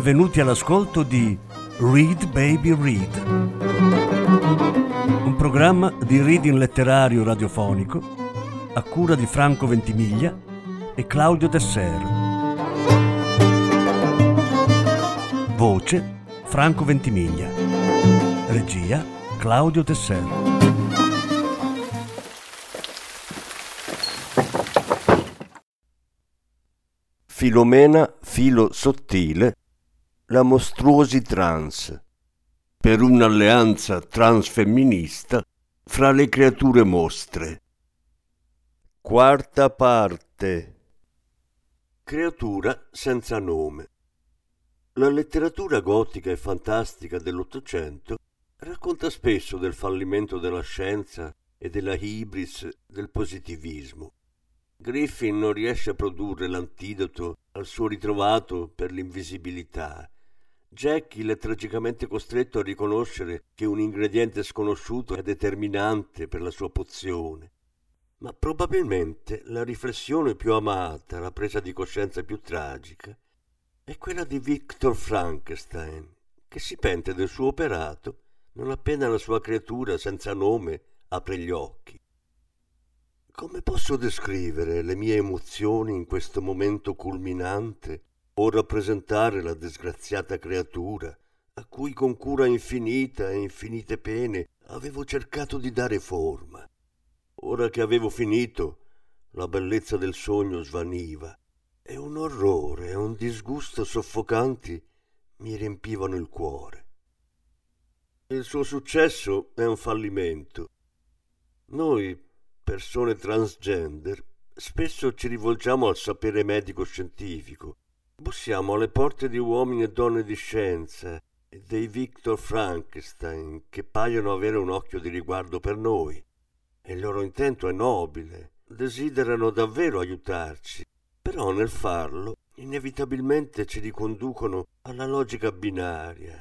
benvenuti all'ascolto di Read Baby Read, un programma di reading letterario radiofonico a cura di Franco Ventimiglia e Claudio Desser. Voce Franco Ventimiglia. Regia Claudio Desser. Filomena Filo Sottile, la mostruosi trans, per un'alleanza transfemminista fra le creature mostre. Quarta parte. Creatura senza nome. La letteratura gotica e fantastica dell'Ottocento racconta spesso del fallimento della scienza e della hybris del positivismo. Griffin non riesce a produrre l'antidoto al suo ritrovato per l'invisibilità. Jekyll è tragicamente costretto a riconoscere che un ingrediente sconosciuto è determinante per la sua pozione. Ma probabilmente la riflessione più amata, la presa di coscienza più tragica, è quella di Victor Frankenstein, che si pente del suo operato non appena la sua creatura senza nome apre gli occhi. Come posso descrivere le mie emozioni in questo momento culminante o rappresentare la disgraziata creatura a cui con cura infinita e infinite pene avevo cercato di dare forma? Ora che avevo finito, la bellezza del sogno svaniva e un orrore e un disgusto soffocanti mi riempivano il cuore. Il suo successo è un fallimento. Noi, persone transgender, spesso ci rivolgiamo al sapere medico-scientifico, bussiamo alle porte di uomini e donne di scienza e dei Victor Frankenstein che paiono avere un occhio di riguardo per noi. E il loro intento è nobile, desiderano davvero aiutarci, però nel farlo inevitabilmente ci riconducono alla logica binaria.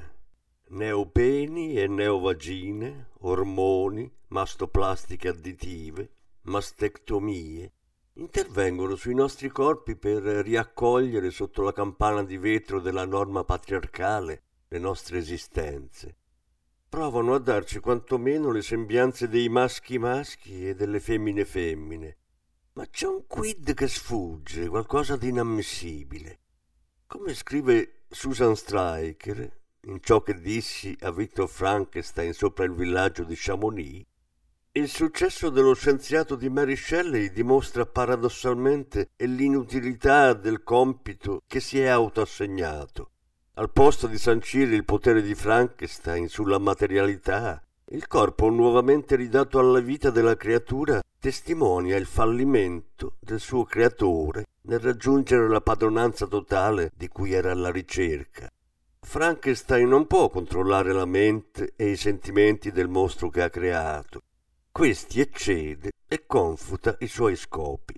Neopeni e neovagine, ormoni, mastoplastiche additive, mastectomie, intervengono sui nostri corpi per riaccogliere sotto la campana di vetro della norma patriarcale le nostre esistenze. Provano a darci quantomeno le sembianze dei maschi e delle femmine, ma c'è un quid che sfugge, qualcosa di inammissibile. Come scrive Susan Stryker in Ciò che dissi a Victor Frankenstein sopra il villaggio di Chamonix, il successo dello scienziato di Mary Shelley dimostra paradossalmente l'inutilità del compito che si è autoassegnato. Al posto di sancire il potere di Frankenstein sulla materialità, il corpo nuovamente ridato alla vita della creatura testimonia il fallimento del suo creatore nel raggiungere la padronanza totale di cui era alla ricerca. Frankenstein non può controllare la mente e i sentimenti del mostro che ha creato. Questi eccede e confuta i suoi scopi.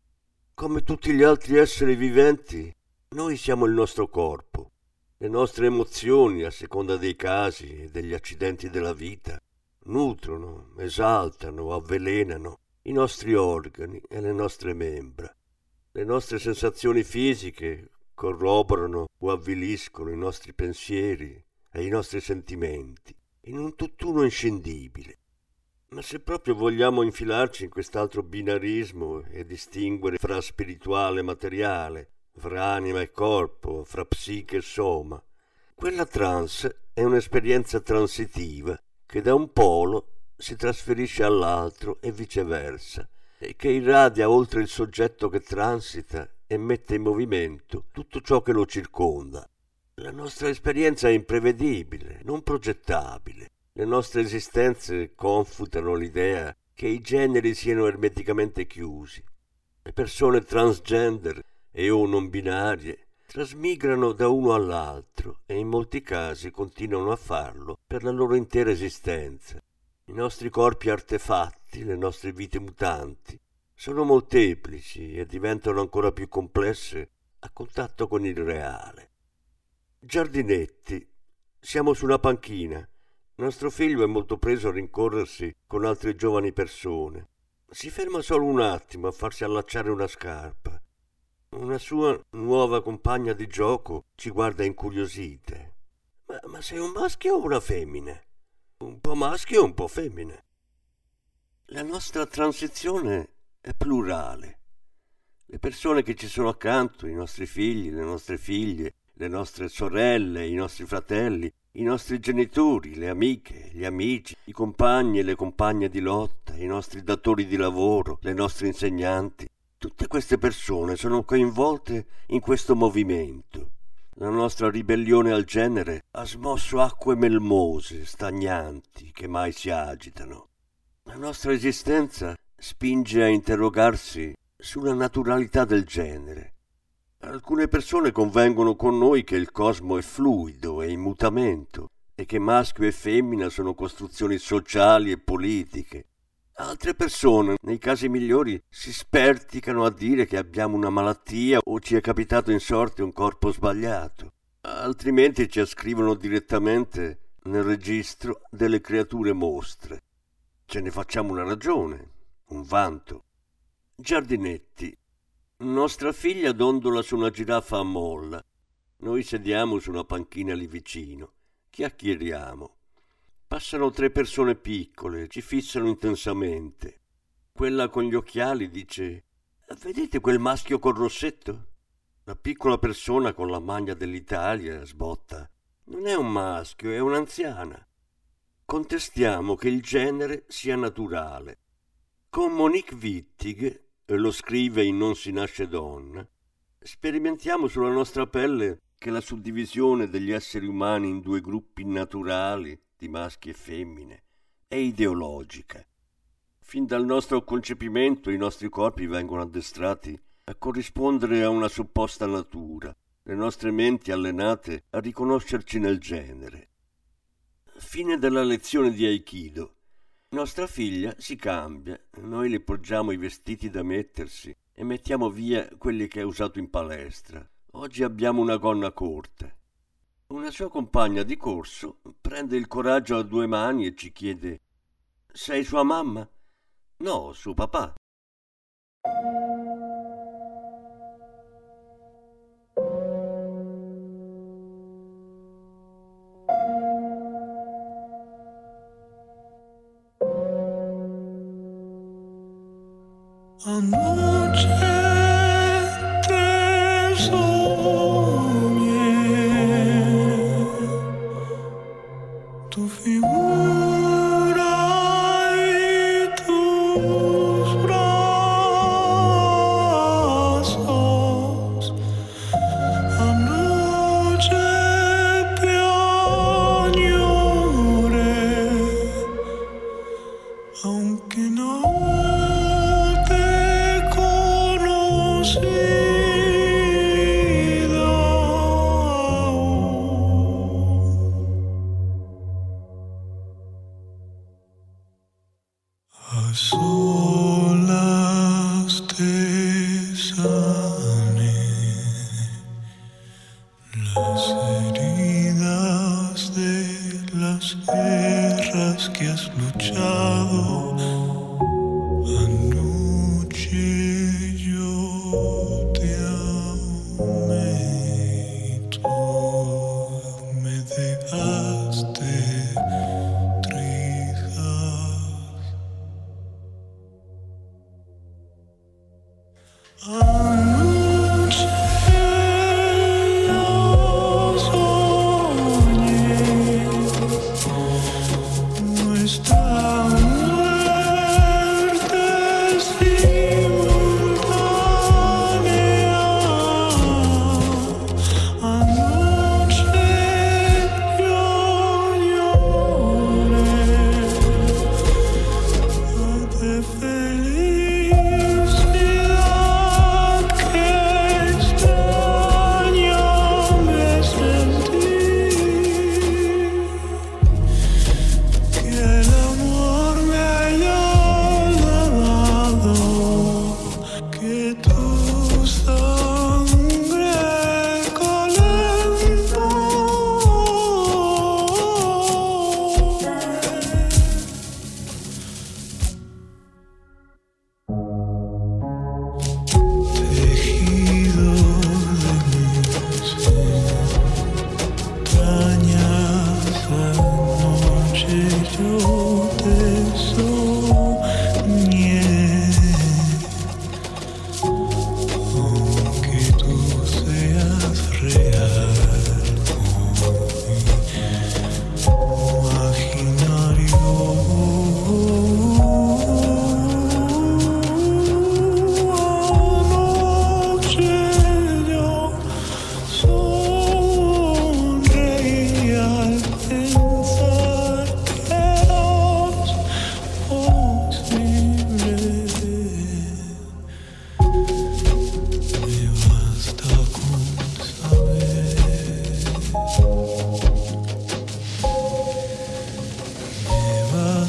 Come tutti gli altri esseri viventi, noi siamo il nostro corpo. Le nostre emozioni, a seconda dei casi e degli accidenti della vita, nutrono, esaltano, avvelenano i nostri organi e le nostre membra. Le nostre sensazioni fisiche corroborano o avviliscono i nostri pensieri e i nostri sentimenti in un tutt'uno inscindibile. Ma se proprio vogliamo infilarci in quest'altro binarismo e distinguere fra spirituale e materiale, fra anima e corpo, fra psiche e soma, quella trans è un'esperienza transitiva che da un polo si trasferisce all'altro e viceversa, e che irradia oltre il soggetto che transita e mette in movimento tutto ciò che lo circonda. La nostra esperienza è imprevedibile, non progettabile. Le nostre esistenze confutano l'idea che i generi siano ermeticamente chiusi. Le persone transgender e o non binarie trasmigrano da uno all'altro e in molti casi continuano a farlo per la loro intera esistenza. I nostri corpi artefatti, le nostre vite mutanti, sono molteplici e diventano ancora più complesse a contatto con il reale. Giardinetti, siamo su una panchina. Nostro figlio è molto preso a rincorrersi con altre giovani persone. Si ferma solo un attimo a farsi allacciare una scarpa. Una sua nuova compagna di gioco ci guarda incuriosite. Ma sei un maschio o una femmina? Un po' maschio e un po' femmina. La nostra transizione è plurale. Le persone che ci sono accanto, i nostri figli, le nostre figlie, le nostre sorelle, i nostri fratelli, i nostri genitori, le amiche, gli amici, i compagni e le compagne di lotta, i nostri datori di lavoro, le nostre insegnanti. Tutte queste persone sono coinvolte in questo movimento. La nostra ribellione al genere ha smosso acque melmose, stagnanti, che mai si agitano. La nostra esistenza spinge a interrogarsi sulla naturalità del genere. Alcune persone convengono con noi che il cosmo è fluido e in mutamento e che maschio e femmina sono costruzioni sociali e politiche. Altre persone, nei casi migliori, si sperticano a dire che abbiamo una malattia o ci è capitato in sorte un corpo sbagliato. Altrimenti ci ascrivono direttamente nel registro delle creature mostre. Ce ne facciamo una ragione, un vanto. Giardinetti. Nostra figlia dondola su una giraffa a molla. Noi sediamo su una panchina lì vicino. Chiacchieriamo. Passano 3 persone piccole, ci fissano intensamente. Quella con gli occhiali dice: «Vedete quel maschio col rossetto?» La piccola persona con la maglia dell'Italia sbotta: «Non è un maschio, è un'anziana». Contestiamo che il genere sia naturale. Con Monique Wittig, lo scrive in Non si nasce donna, sperimentiamo sulla nostra pelle che la suddivisione degli esseri umani in 2 gruppi naturali, di maschi e femmine, è ideologica. Fin dal nostro concepimento i nostri corpi vengono addestrati a corrispondere a una supposta natura, le nostre menti allenate a riconoscerci nel genere. Fine della lezione di Aikido. Nostra figlia si cambia, noi le poggiamo i vestiti da mettersi e mettiamo via quelli che ha usato in palestra. Oggi abbiamo una gonna corta. Una sua compagna di corso prende il coraggio a 2 mani e ci chiede: «Sei sua mamma?» «No, suo papà». Tu figura y tus brazos, anoche piañoré, aunque no te conocí. A solas te sané las heridas de las guerras que has luchado. Anoche yo te amé y tú me dejaste trigas. Anoche yo soñé nuestra muerte.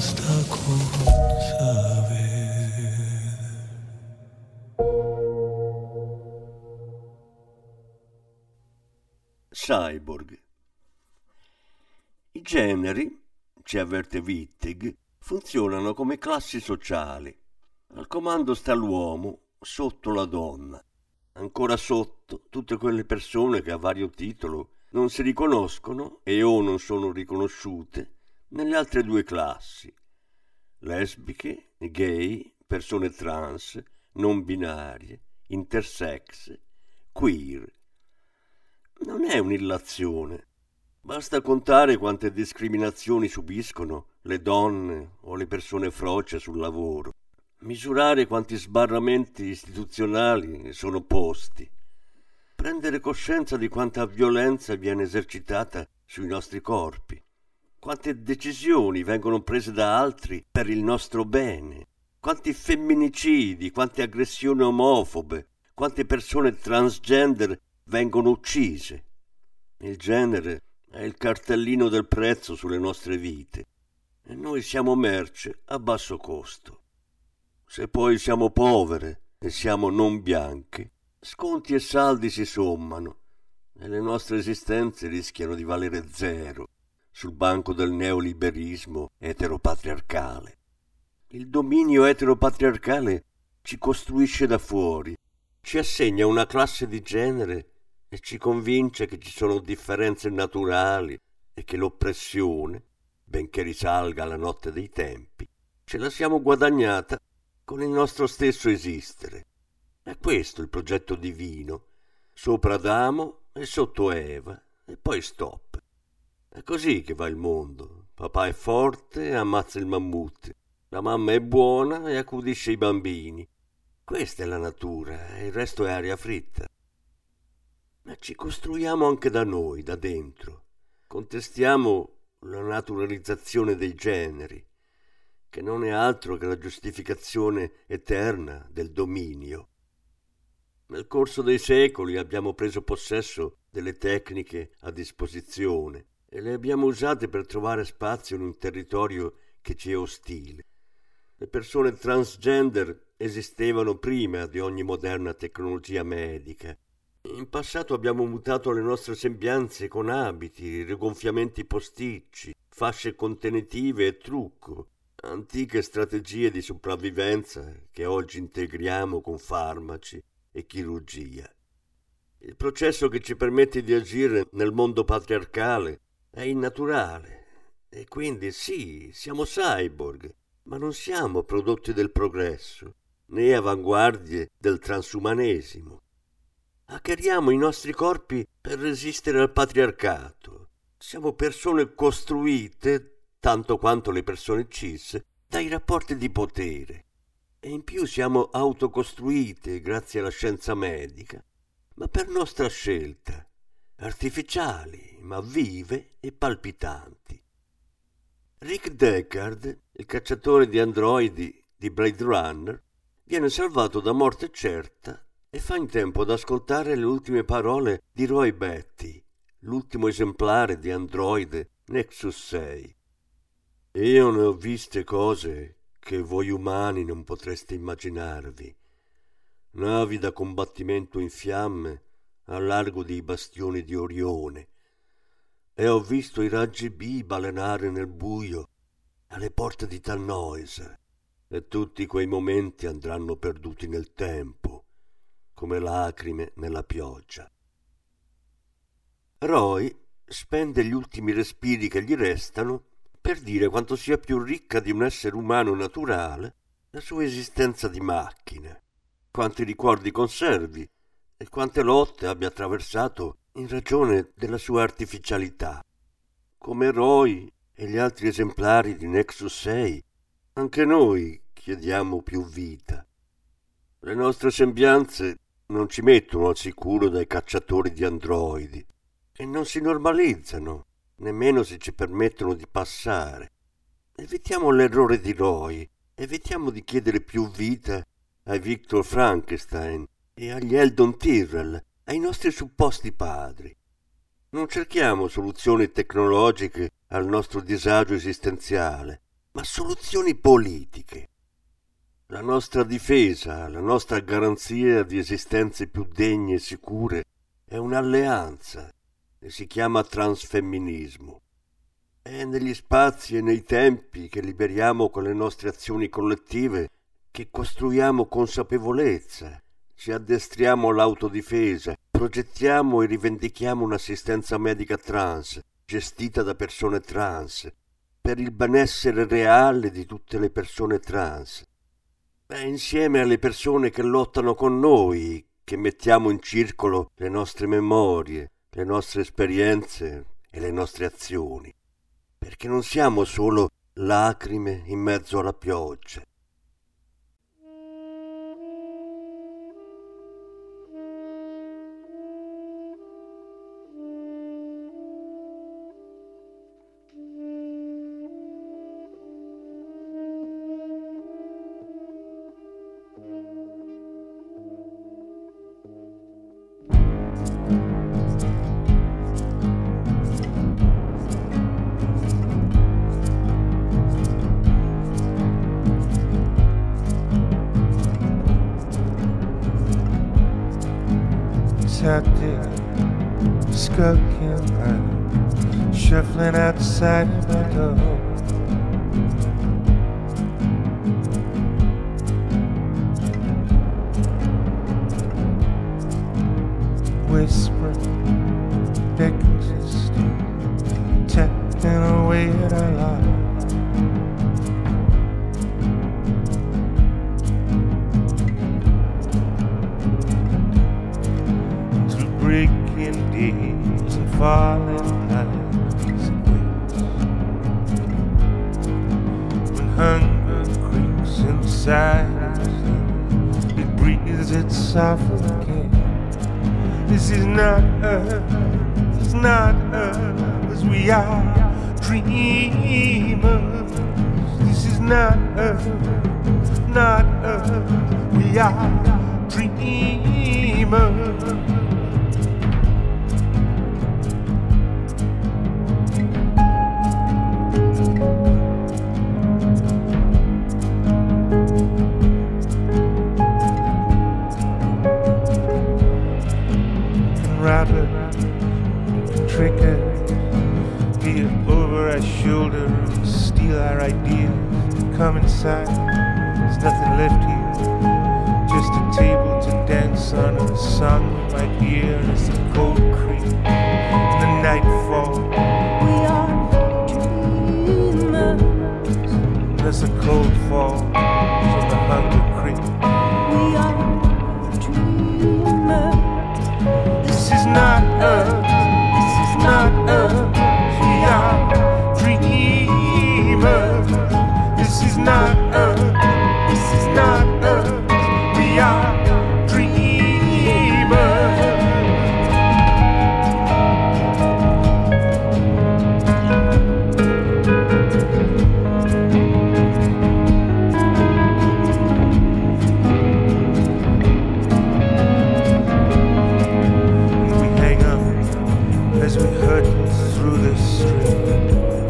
basta con saber. Cyborg. I generi, ci avverte Wittig, funzionano come classi sociali. Al comando sta l'uomo, sotto la donna. Ancora sotto tutte quelle persone che a vario titolo non si riconoscono e o non sono riconosciute nelle altre due classi: lesbiche, gay, persone trans, non binarie, intersex, queer. Non è un'illazione. Basta contare quante discriminazioni subiscono le donne o le persone froce sul lavoro, misurare quanti sbarramenti istituzionali sono posti, prendere coscienza di quanta violenza viene esercitata sui nostri corpi, quante decisioni vengono prese da altri per il nostro bene, quanti femminicidi, quante aggressioni omofobe, quante persone transgender vengono uccise. Il genere è il cartellino del prezzo sulle nostre vite e noi siamo merce a basso costo. Se poi siamo povere e siamo non bianche, sconti e saldi si sommano e le nostre esistenze rischiano di valere zero sul banco del neoliberismo eteropatriarcale. Il dominio eteropatriarcale ci costruisce da fuori, ci assegna una classe di genere e ci convince che ci sono differenze naturali e che l'oppressione, benché risalga alla notte dei tempi, ce la siamo guadagnata con il nostro stesso esistere. È questo il progetto divino, sopra Adamo e sotto Eva, e poi stop. È così che va il mondo. Papà è forte e ammazza il mammut, la mamma è buona e accudisce i bambini. Questa è la natura e il resto è aria fritta. Ma ci costruiamo anche da noi, da dentro. Contestiamo la naturalizzazione dei generi, che non è altro che la giustificazione eterna del dominio. Nel corso dei secoli abbiamo preso possesso delle tecniche a disposizione e le abbiamo usate per trovare spazio in un territorio che ci è ostile. Le persone transgender esistevano prima di ogni moderna tecnologia medica. In passato abbiamo mutato le nostre sembianze con abiti, rigonfiamenti posticci, fasce contenitive e trucco, antiche strategie di sopravvivenza che oggi integriamo con farmaci e chirurgia. Il processo che ci permette di agire nel mondo patriarcale è innaturale e quindi sì, siamo cyborg, ma non siamo prodotti del progresso né avanguardie del transumanesimo. Hackeriamo i nostri corpi per resistere al patriarcato. Siamo persone costruite, tanto quanto le persone cis, dai rapporti di potere. E in più siamo autocostruite grazie alla scienza medica, ma per nostra scelta, artificiali, ma vive e palpitanti. Rick Deckard, il cacciatore di androidi di Blade Runner, viene salvato da morte certa e fa in tempo ad ascoltare le ultime parole di Roy Batty, l'ultimo esemplare di androide Nexus 6. Io ne ho viste cose che voi umani non potreste immaginarvi. Navi da combattimento in fiamme al largo dei bastioni di Orione e ho visto i raggi B balenare nel buio alle porte di Tannhäuser e tutti quei momenti andranno perduti nel tempo come lacrime nella pioggia. Roy spende gli ultimi respiri che gli restano per dire quanto sia più ricca di un essere umano naturale la sua esistenza di macchina, quanti ricordi conservi e quante lotte abbia attraversato in ragione della sua artificialità. Come Roy e gli altri esemplari di Nexus 6, anche noi chiediamo più vita. Le nostre sembianze non ci mettono al sicuro dai cacciatori di androidi e non si normalizzano, nemmeno se ci permettono di passare. Evitiamo l'errore di Roy, evitiamo di chiedere più vita ai Victor Frankenstein e agli Eldon Tyrrell, ai nostri supposti padri. Non cerchiamo soluzioni tecnologiche al nostro disagio esistenziale, ma soluzioni politiche. La nostra difesa, la nostra garanzia di esistenze più degne e sicure è un'alleanza e si chiama transfemminismo. È negli spazi e nei tempi che liberiamo con le nostre azioni collettive che costruiamo consapevolezza, ci addestriamo all'autodifesa, progettiamo e rivendichiamo un'assistenza medica trans, gestita da persone trans, per il benessere reale di tutte le persone trans. È insieme alle persone che lottano con noi che mettiamo in circolo le nostre memorie, le nostre esperienze e le nostre azioni, perché non siamo solo lacrime in mezzo alla pioggia. Hectic, skulking around, shuffling outside my door. Whispering, beckons and steals, tapping away at our lives. Breaking days and falling nights and waits. When hunger creeps inside us, it breathes its suffocate. This is not us, it's not us, we are dreamers. This is not us, we are dreamers. Robber, trick us, peer over our shoulder and steal our ideas. Come inside, there's nothing left here, just a table to dance on and a song we might hear as the cold creep and the nightfall. We are dreamers. There's a cold fall, so the hunger creep. We are dreamers. This is not us, this is not us, we are dreamers. This is not us, this is not us, we are dreamers. As we hurt through the street,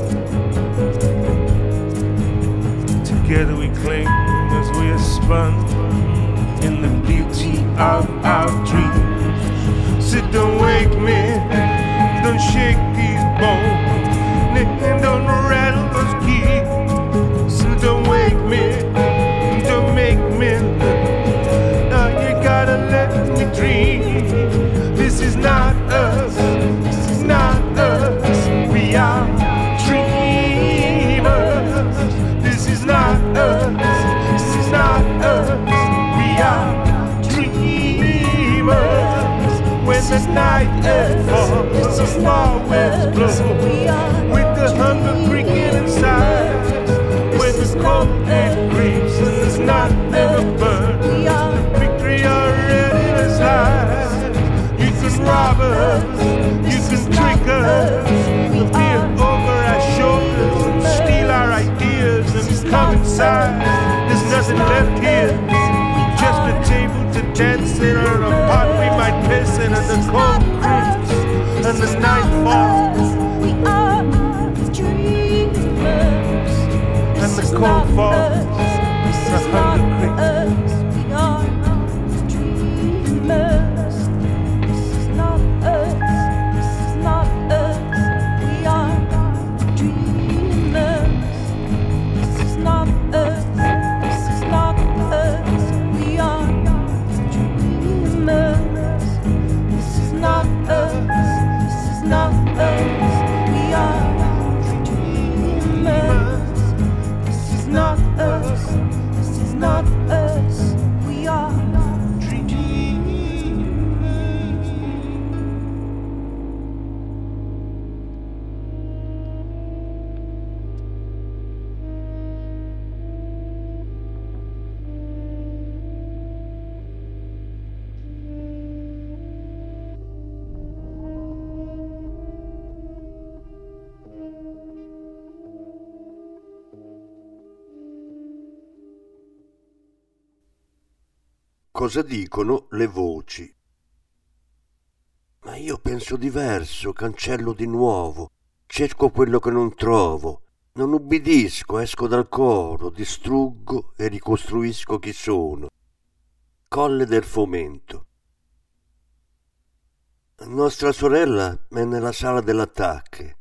together we cling as we are spun in the beauty of our dreams. So don't wake me, don't shake these bones, and don't rattle those keys. So don't wake me, don't make me. Now you gotta let me dream. This is not us. Not us, we are dreamers. This is not us, this is not us, we are dreamers. When the night falls, the far winds blow, with the hunger creaking inside. When the cold wind creeps and there's not ever burn, the victory already resides. You can rob us, you can trick us, peer over our shoulders and steal our ideas and come inside. There's nothing left here, just a table to dance in or a pot we might piss in and the cold creeps and the night falls. We are dreamers. Cosa dicono le voci? Ma io penso diverso, cancello di nuovo, cerco quello che non trovo, non ubbidisco, esco dal coro, distruggo e ricostruisco chi sono. Colle del Fomento. Nostra sorella è nella sala dell'attacco.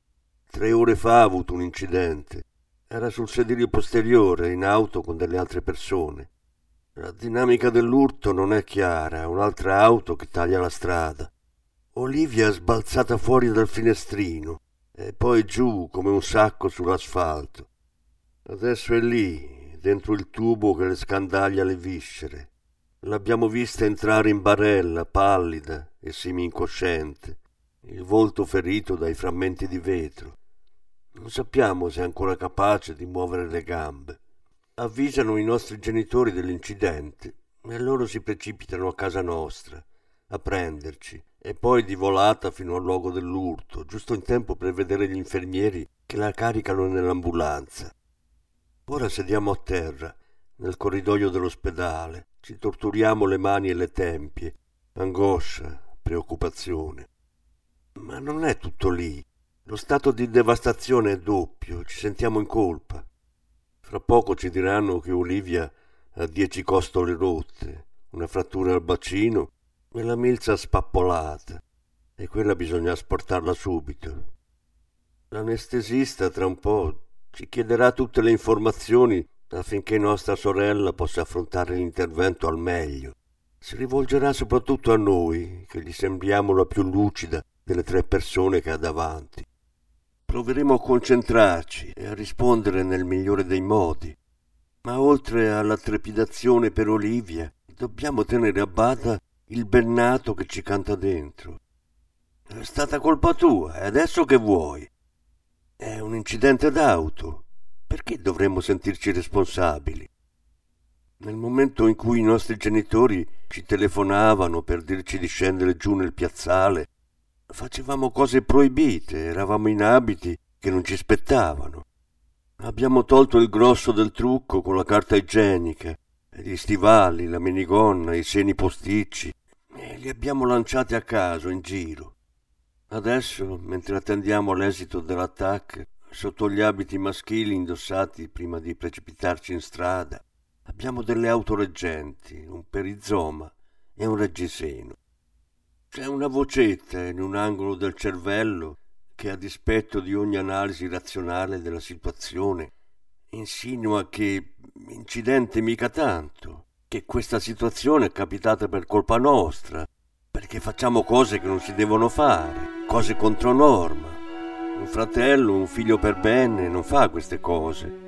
3 ore fa ha avuto un incidente. Era sul sedile posteriore, in auto con delle altre persone. La dinamica dell'urto non è chiara, è un'altra auto che taglia la strada. Olivia è sbalzata fuori dal finestrino e poi giù come un sacco sull'asfalto. Adesso è lì, dentro il tubo che le scandaglia le viscere. L'abbiamo vista entrare in barella, pallida e semi-incosciente, il volto ferito dai frammenti di vetro. Non sappiamo se è ancora capace di muovere le gambe. Avvisano i nostri genitori dell'incidente e loro si precipitano a casa nostra, a prenderci, e poi di volata fino al luogo dell'urto, giusto in tempo per vedere gli infermieri che la caricano nell'ambulanza. Ora sediamo a terra, nel corridoio dell'ospedale, ci torturiamo le mani e le tempie, angoscia, preoccupazione. Ma non è tutto lì. Lo stato di devastazione è doppio, ci sentiamo in colpa. Fra poco ci diranno che Olivia ha 10 costole rotte, una frattura al bacino e la milza spappolata, e quella bisogna asportarla subito. L'anestesista tra un po' ci chiederà tutte le informazioni affinché nostra sorella possa affrontare l'intervento al meglio. Si rivolgerà soprattutto a noi, che gli sembriamo la più lucida delle 3 persone che ha davanti. Proveremo a concentrarci e a rispondere nel migliore dei modi, ma oltre alla trepidazione per Olivia, dobbiamo tenere a bada il bennato che ci canta dentro. È stata colpa tua, e adesso che vuoi? È un incidente d'auto. Perché dovremmo sentirci responsabili? Nel momento in cui i nostri genitori ci telefonavano per dirci di scendere giù nel piazzale, facevamo cose proibite, eravamo in abiti che non ci spettavano. Abbiamo tolto il grosso del trucco con la carta igienica, gli stivali, la minigonna, i seni posticci, e li abbiamo lanciati a caso in giro. Adesso, mentre attendiamo l'esito dell'attacco, sotto gli abiti maschili indossati prima di precipitarci in strada, abbiamo delle autoreggenti, un perizoma e un reggiseno. C'è una vocetta in un angolo del cervello che, a dispetto di ogni analisi razionale della situazione, insinua che incidente mica tanto, che questa situazione è capitata per colpa nostra, perché facciamo cose che non si devono fare, cose contro norma. Un fratello, un figlio per bene non fa queste cose.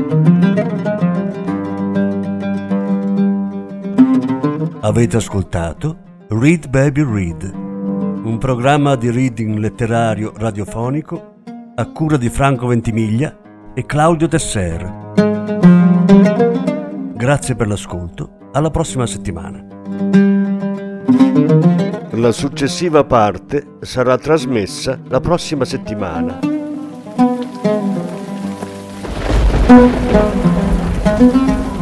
Avete ascoltato Read Baby Read, un programma di reading letterario radiofonico a cura di Franco Ventimiglia e Claudio Tesser. Grazie per l'ascolto, alla prossima settimana. La successiva parte sarà trasmessa la prossima settimana.